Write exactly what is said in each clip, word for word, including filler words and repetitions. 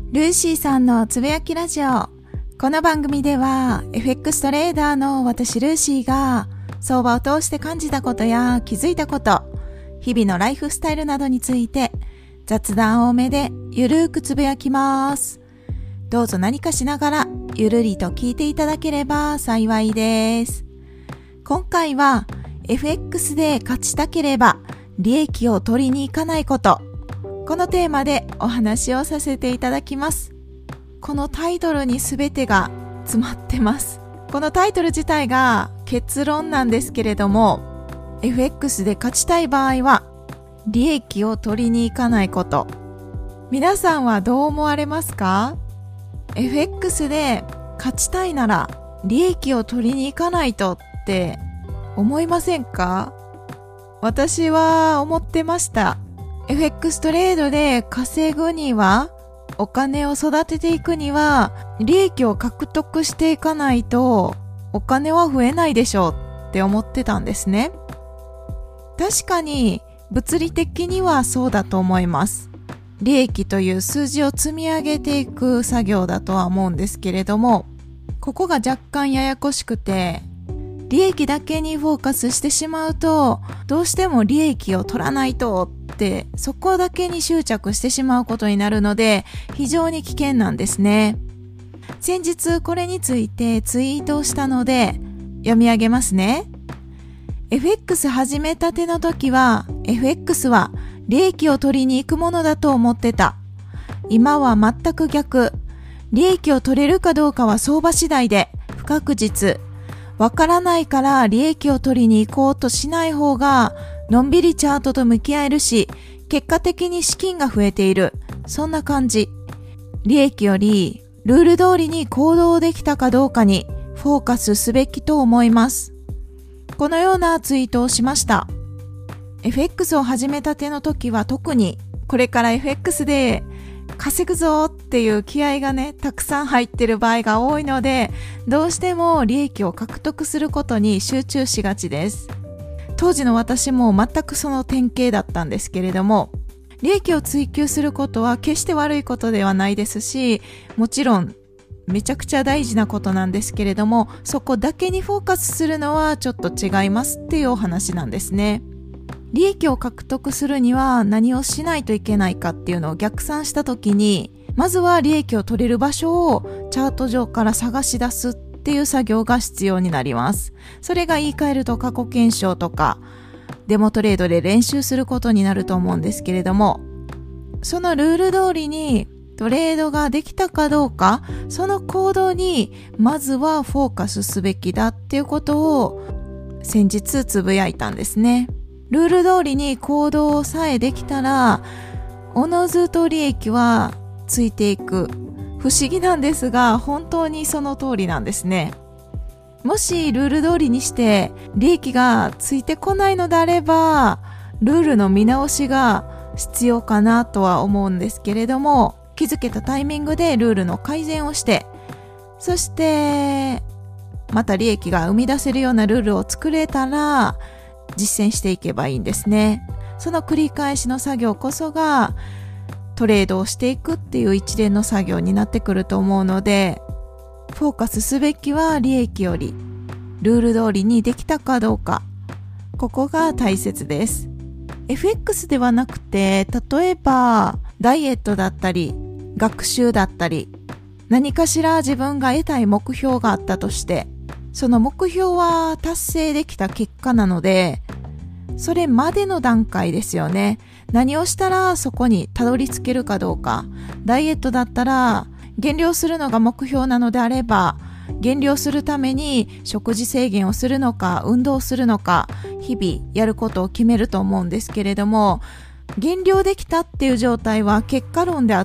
ルーシーさんのつぶやきラジオ。この番組では エフエックス トレーダーの私ルーシーが相場を通して感じたことや気づいたこと、日々のライフスタイルなどについて雑談多めでゆるーくつぶやきます。どうぞ何かしながらゆるりと聞いていただければ幸いです。今回は エフエックス で勝ちたければ利益を取りに行かないこと、このテーマでお話をさせていただきます。このタイトルに全てが詰まってます。このタイトル自体が結論なんですけれども、 エフエックス で勝ちたい場合は利益を取りに行かないこと。皆さんはどう思われますか？ エフエックス で勝ちたいなら利益を取りに行かないとって思いませんか？私は思ってました。エフエックス トレードで稼ぐには、お金を育てていくには、利益を獲得していかないと、お金は増えないでしょうって思ってたんですね。確かに、物理的にはそうだと思います。利益という数字を積み上げていく作業だとは思うんですけれども、ここが若干ややこしくて、利益だけにフォーカスしてしまうと、どうしても利益を取らないとって、そこだけに執着してしまうことになるので、非常に危険なんですね。先日これについてツイートをしたので、読み上げますね。エフエックス 始めたての時は、エフエックス は利益を取りに行くものだと思ってた。今は全く逆。利益を取れるかどうかは相場次第で、不確実。わからないから利益を取りに行こうとしない方がのんびりチャートと向き合えるし、結果的に資金が増えている。そんな感じ。利益よりルール通りに行動できたかどうかにフォーカスすべきと思います。このようなツイートをしました。エフエックス を始めたての時は特にこれから エフエックス で稼ぐぞっていう気合がね、たくさん入ってる場合が多いので、どうしても利益を獲得することに集中しがちです。当時の私も全くその典型だったんですけれども、利益を追求することは決して悪いことではないですし、もちろんめちゃくちゃ大事なことなんですけれども、そこだけにフォーカスするのはちょっと違いますっていうお話なんですね。利益を獲得するには何をしないといけないかっていうのを逆算したときに、まずは利益を取れる場所をチャート上から探し出すっていう作業が必要になります。それが言い換えると過去検証とかデモトレードで練習することになると思うんですけれども、そのルール通りにトレードができたかどうか、その行動にまずはフォーカスすべきだっていうことを先日つぶやいたんですね。ルール通りに行動さえできたら、おのずと利益はついていく。不思議なんですが、本当にその通りなんですね。もしルール通りにして利益がついてこないのであれば、ルールの見直しが必要かなとは思うんですけれども、気づけたタイミングでルールの改善をして、そしてまた利益が生み出せるようなルールを作れたら、実践していけばいいんですね。その繰り返しの作業こそがトレードをしていくっていう一連の作業になってくると思うので、フォーカスすべきは利益よりルール通りにできたかどうか、ここが大切です。 エフエックス ではなくて、例えばダイエットだったり学習だったり、何かしら自分が得たい目標があったとして、その目標は達成できた結果なので、それまでの段階ですよね。何をしたらそこにたどり着けるかどうか。ダイエットだったら減量するのが目標なのであれば、減量するために食事制限をするのか運動するのか、日々やることを決めると思うんですけれども、減量できたっていう状態は結果論であって、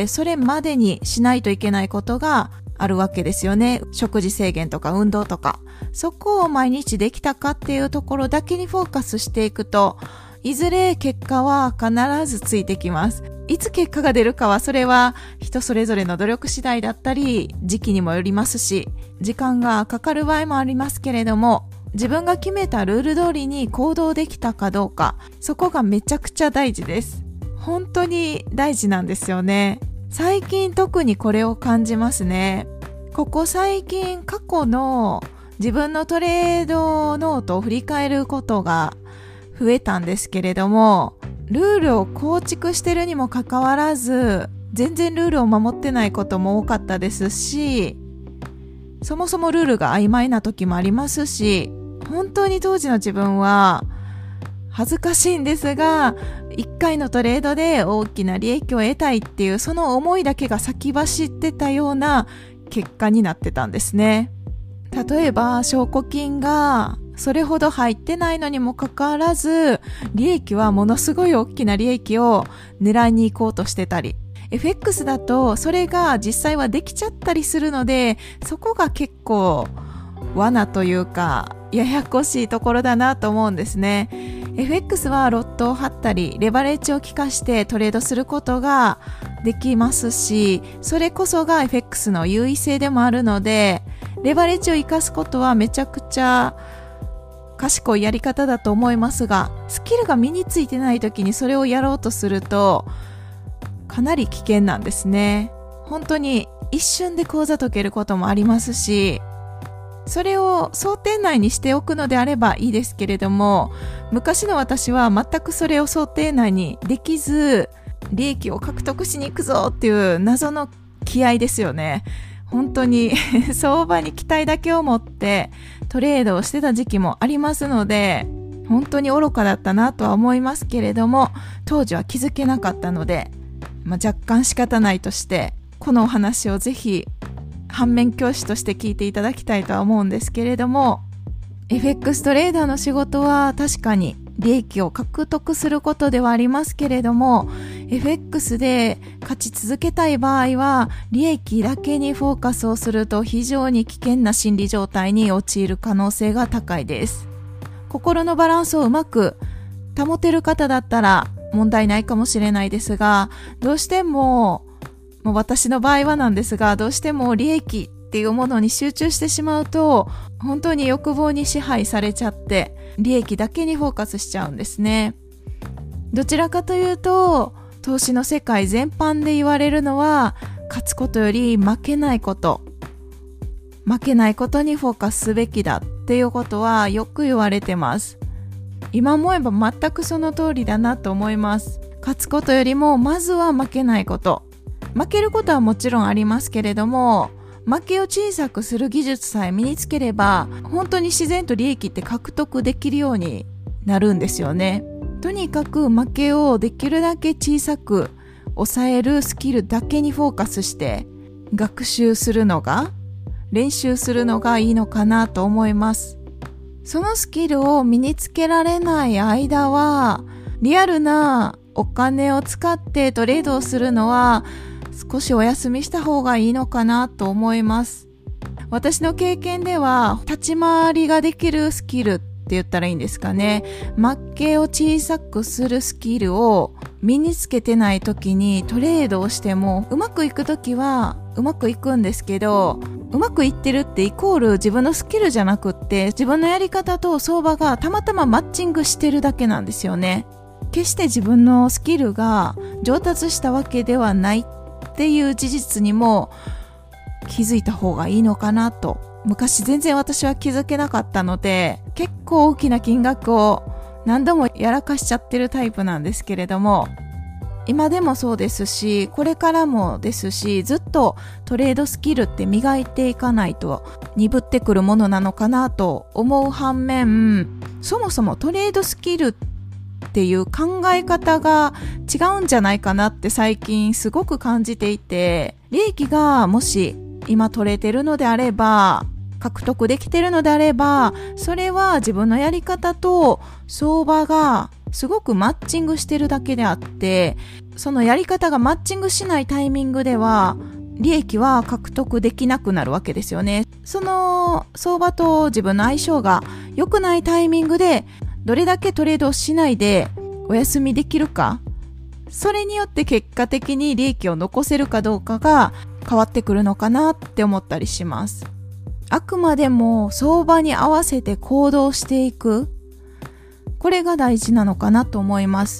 それまでにしないといけないことがあるわけですよね。食事制限とか運動とか、そこを毎日できたかっていうところだけにフォーカスしていくと、いずれ結果は必ずついてきます。いつ結果が出るかは、それは人それぞれの努力次第だったり、時期にもよりますし、時間がかかる場合もありますけれども、自分が決めたルール通りに行動できたかどうか、そこがめちゃくちゃ大事です。本当に大事なんですよね。 最近特にこれを感じますね。ここ最近過去の自分のトレードノートを振り返ることが増えたんですけれども、ルールを構築してるにもかかわらず全然ルールを守ってないことも多かったですし、そもそもルールが曖昧な時もありますし、本当に当時の自分は恥ずかしいんですが、いっかいのトレードで大きな利益を得たいっていうその思いだけが先走ってたような結果になってたんですね。例えば証拠金がそれほど入ってないのにもかかわらず、利益はものすごい大きな利益を狙いに行こうとしてたり、 エフエックス だとそれが実際はできちゃったりするので、そこが結構罠というかややこしいところだなと思うんですね。 エフエックス はロットを張ったりレバレッジを効かしてトレードすることができますし、それこそが エフエックス の優位性でもあるので、レバレッジを生かすことはめちゃくちゃ賢いやり方だと思いますが、スキルが身についてない時にそれをやろうとするとかなり危険なんですね。本当に一瞬で口座解けることもありますし、それを想定内にしておくのであればいいですけれども、昔の私は全くそれを想定内にできず、利益を獲得しに行くぞっていう謎の気合ですよね。本当に相場に期待だけを持ってトレードをしてた時期もありますので、本当に愚かだったなとは思いますけれども、当時は気づけなかったので、まあ、若干仕方ないとしてこのお話をぜひ反面教師として聞いていただきたいとは思うんですけれども、 エフエックス トレーダーの仕事は確かに利益を獲得することではありますけれども、 エフエックス で勝ち続けたい場合は利益だけにフォーカスをすると非常に危険な心理状態に陥る可能性が高いです。心のバランスをうまく保てる方だったら問題ないかもしれないですが、どうしても、もう私の場合はなんですが、どうしても利益っていうものに集中してしまうと、本当に欲望に支配されちゃって利益だけにフォーカスしちゃうんですね。どちらかというと投資の世界全般で言われるのは、勝つことより負けないこと、負けないことにフォーカスすべきだっていうことはよく言われてます。今思えば全くその通りだなと思います。勝つことよりもまずは負けないこと、負けることはもちろんありますけれども、負けを小さくする技術さえ身につければ本当に自然と利益って獲得できるようになるんですよね。とにかく負けをできるだけ小さく抑えるスキルだけにフォーカスして学習するのが、練習するのがいいのかなと思います。そのスキルを身につけられない間は、リアルなお金を使ってトレードをするのは少しお休みした方がいいのかなと思います。私の経験では立ち回りができるスキルって言ったらいいんですかね。負けを小さくするスキルを身につけてない時にトレードをしてもうまくいく時はうまくいくんですけど、うまくいってるってイコール自分のスキルじゃなくって自分のやり方と相場がたまたまマッチングしてるだけなんですよね。決して自分のスキルが上達したわけではないっていう事実にも気づいた方がいいのかなと。昔全然私は気づけなかったので、結構大きな金額を何度もやらかしちゃってるタイプなんですけれども、今でもそうですし、これからもですし、ずっとトレードスキルって磨いていかないと鈍ってくるものなのかなと思う反面、そもそもトレードスキルっていう考え方が違うんじゃないかなって最近すごく感じていて、利益がもし今取れてるのであれば、獲得できてるのであれば、それは自分のやり方と相場がすごくマッチングしてるだけであって、そのやり方がマッチングしないタイミングでは利益は獲得できなくなるわけですよね。その相場と自分の相性が良くないタイミングでどれだけトレードをしないでお休みできるか、それによって結果的に利益を残せるかどうかが変わってくるのかなって思ったりします。あくまでも相場に合わせて行動していく、これが大事なのかなと思います。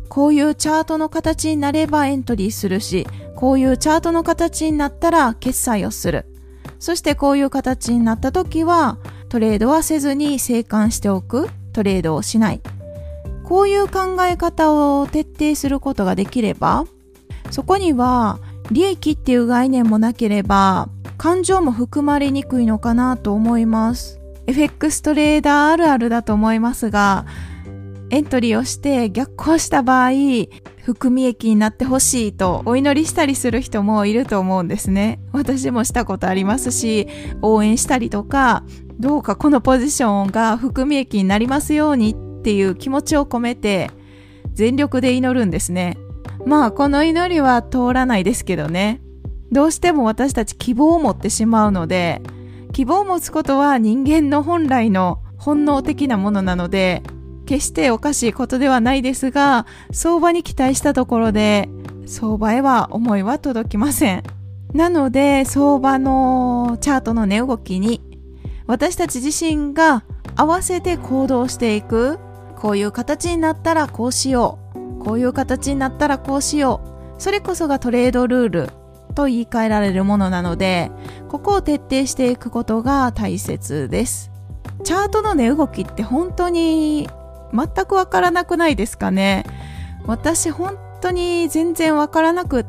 こういうチャートの形になればエントリーするし、こういうチャートの形になったら決済をする。そしてこういう形になった時はトレードはせずに静観しておく。トレードをしない。こういう考え方を徹底することができれば、そこには利益っていう概念もなければ感情も含まれにくいのかなと思います。エフエックス トレーダーあるあるだと思いますが、エントリーをして逆行した場合、含み益になってほしいとお祈りしたりする人もいると思うんですね。私もしたことありますし、応援したりとか、どうかこのポジションが含み益になりますようにっていう気持ちを込めて全力で祈るんですね。まあこの祈りは通らないですけどね。どうしても私たち希望を持ってしまうので、希望を持つことは人間の本来の本能的なものなので、決しておかしいことではないですが、相場に期待したところで相場へは思いは届きません。なので相場のチャートの値動きに私たち自身が合わせて行動していく。こういう形になったらこうしよう。こういう形になったらこうしよう。それこそがトレードルールと言い換えられるものなので、ここを徹底していくことが大切です。チャートの値動きって本当に全くわからなくないですかね。私本当に全然わからなくって、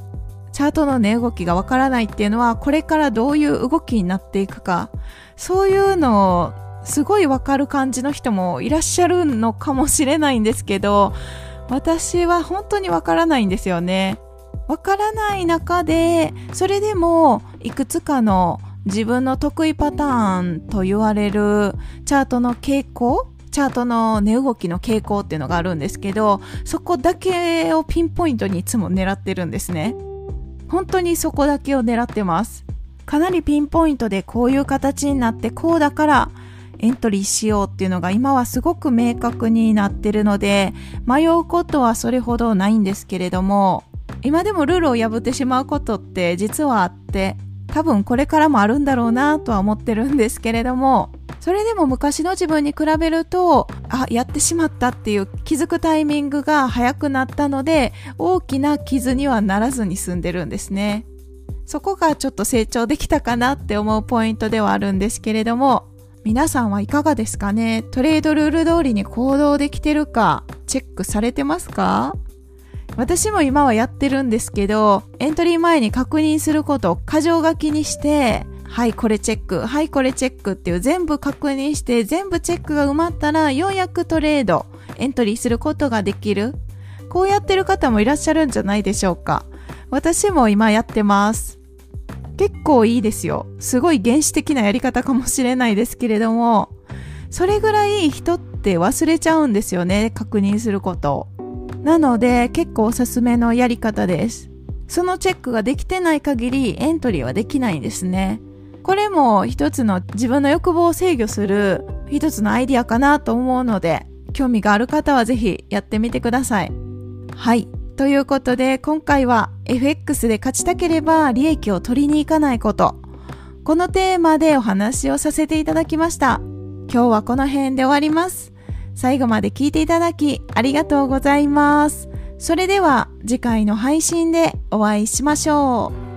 チャートの値動きがわからないっていうのは、これからどういう動きになっていくか、そういうのをすごいわかる感じの人もいらっしゃるのかもしれないんですけど、私は本当にわからないんですよね。わからない中で、それでもいくつかの自分の得意パターンと言われるチャートの傾向、チャートの値動きの傾向っていうのがあるんですけど、そこだけをピンポイントにいつも狙ってるんですね。本当にそこだけを狙ってます。かなりピンポイントでこういう形になってこうだからエントリーしようっていうのが今はすごく明確になってるので、迷うことはそれほどないんですけれども、今でもルールを破ってしまうことって実はあって、多分これからもあるんだろうなとは思ってるんですけれども、それでも昔の自分に比べると、あ、やってしまったっていう気づくタイミングが早くなったので、大きな傷にはならずに済んでるんですね。そこがちょっと成長できたかなって思うポイントではあるんですけれども、皆さんはいかがですかね。トレードルール通りに行動できてるかチェックされてますか？私も今はやってるんですけど、エントリー前に確認することを箇条書きにして、はいこれチェック、はいこれチェックっていう全部確認して全部チェックが埋まったらようやくトレード、エントリーすることができる。こうやってる方もいらっしゃるんじゃないでしょうか。私も今やってます。結構いいですよ。すごい原始的なやり方かもしれないですけれども、それぐらい人って忘れちゃうんですよね、確認することを。なので結構おすすめのやり方です。そのチェックができてない限りエントリーはできないんですね。これも一つの自分の欲望を制御する一つのアイディアかなと思うので、興味がある方はぜひやってみてください。はい。ということで今回は エフエックス で勝ちたければ利益を取りに行かないこと。このテーマでお話をさせていただきました。今日はこの辺で終わります。最後まで聞いていただきありがとうございます。それでは次回の配信でお会いしましょう。